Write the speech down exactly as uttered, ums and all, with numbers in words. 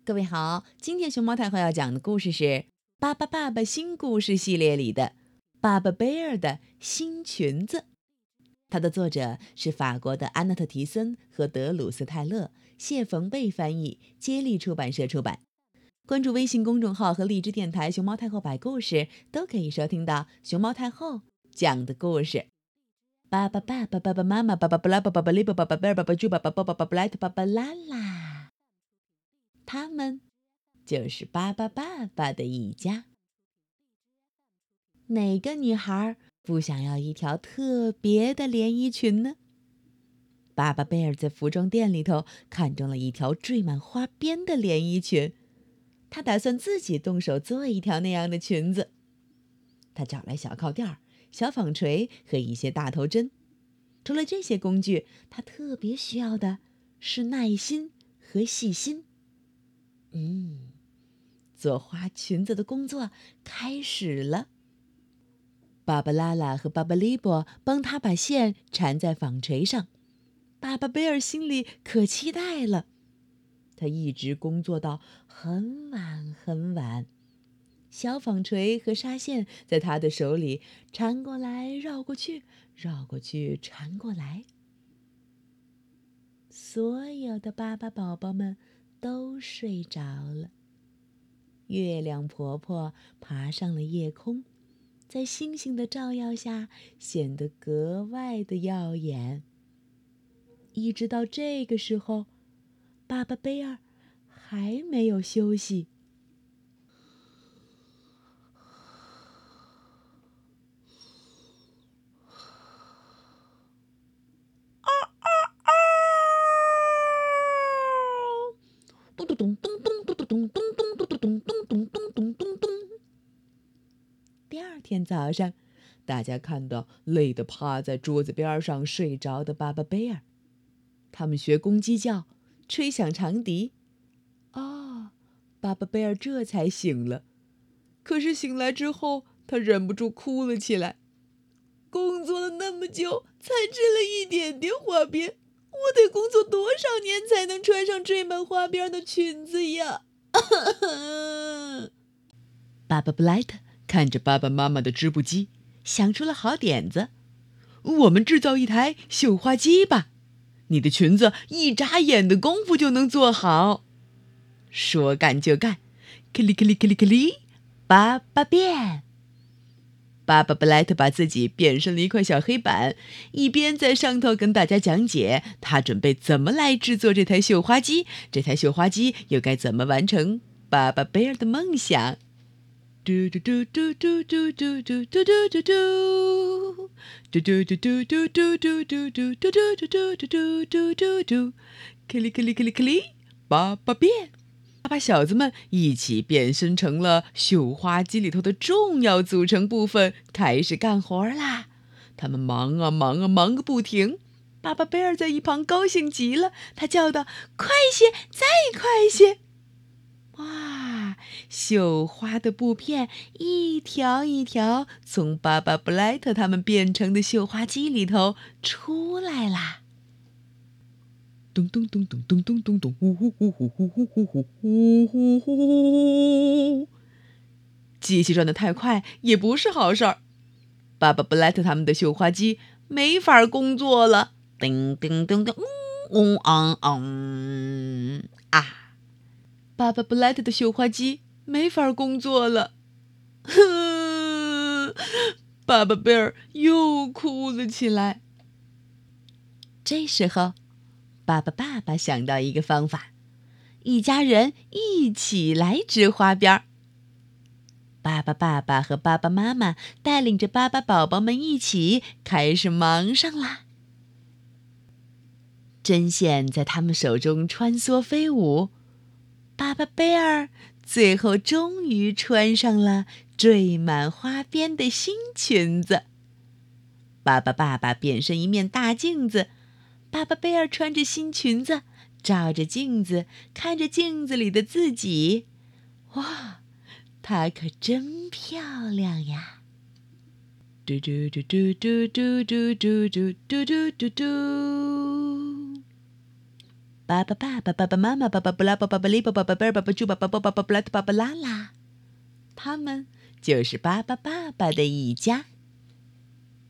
各位好，今天熊猫太后要讲的故事是《巴巴爸爸新故事》系列里的《巴巴贝尔的新裙子》。它的作者是法国的安娜特·提森和德鲁斯泰勒，谢冯贝翻译，接力出版社出版。关注微信公众号和荔枝电台熊猫太后摆故事，都可以收听到熊猫太后讲的故事。巴巴爸爸、爸爸妈妈、爸爸布拉、爸爸利巴、爸爸贝尔、爸爸猪、爸爸抱、爸爸布莱特、爸爸拉拉，他们就是巴巴爸爸的一家。哪个女孩不想要一条特别的连衣裙呢？巴巴贝尔在服装店里头看中了一条缀满花边的连衣裙，他打算自己动手做一条那样的裙子。他找来小靠垫、小纺锤和一些大头针。除了这些工具，他特别需要的是耐心和细心。嗯，做花裙子的工作开始了。芭芭拉拉和巴巴利波帮他把线缠在纺锤上，巴巴贝尔心里可期待了。他一直工作到很晚很晚，小纺锤和纱线在他的手里缠过来绕过去，绕过去缠过来。所有的巴巴宝宝们都睡着了。月亮婆婆爬上了夜空，在星星的照耀下显得格外的耀眼。一直到这个时候，巴巴贝尔还没有休息。咚咚咚咚咚咚咚咚咚咚咚咚咚咚咚咚咚咚。第二天早上，大家看到累得趴在桌子边上睡着的巴巴贝尔，他们学公鸡叫，吹响长笛。哦，巴巴贝尔这才醒了。可是醒来之后，他忍不住哭了起来。工作了那么久，才织了一点点花边，我得工作多少年才能穿上缀满花边的裙子呀？巴巴布莱特看着爸爸妈妈的织布机，想出了好点子。我们制造一台绣花机吧，你的裙子一眨眼的功夫就能做好。说干就干，克里克里克里克里，巴巴变。巴巴布莱特把自己变成了一块小黑板，一边在上头跟大家讲解他准备怎么来制作这台绣花机，这台绣花机又该怎么完成巴巴贝尔的梦想。嘟嘟嘟嘟嘟嘟嘟嘟嘟嘟嘟嘟，嘟嘟嘟嘟嘟嘟嘟嘟嘟嘟嘟嘟嘟嘟嘟嘟嘟，克里克里克里克里，巴巴变。他把小子们一起变身成了绣花机里头的重要组成部分，开始干活啦。他们忙啊忙啊忙个不停。巴巴贝尔在一旁高兴极了，他叫道：“快些，再快些！”哇，绣花的布片一条一条从巴巴布莱特他们变成的绣花机里头出来啦。咚咚咚咚咚咚咚咚，呼呼呼呼呼呼呼呼呼呼呼！机器转得太快也不是好事儿，巴巴布莱特他们的绣花机没法工作了。叮叮叮叮，嗡嗡嗡啊！巴巴布莱特的绣花机没法工作了。哼，巴巴贝尔又哭了起来。这时候，巴巴爸爸想到一个方法，一家人一起来织花边。巴巴爸爸和巴巴妈妈带领着巴巴宝宝们一起开始忙上啦。针线在他们手中穿梭飞舞，巴巴贝尔最后终于穿上了缀满花边的新裙子。巴巴爸爸变身一面大镜子，巴巴贝尔穿着新裙子，照着镜子，看着镜子里的自己。哇，她可真漂亮呀！嘟嘟嘟嘟嘟嘟嘟嘟嘟嘟嘟嘟。 巴巴爸爸、爸爸妈妈、爸爸布拉、爸爸里、爸爸贝尔、爸爸猪、爸爸爸爸、爸爸布拉、爸爸拉拉，他们就是巴巴爸爸的一家。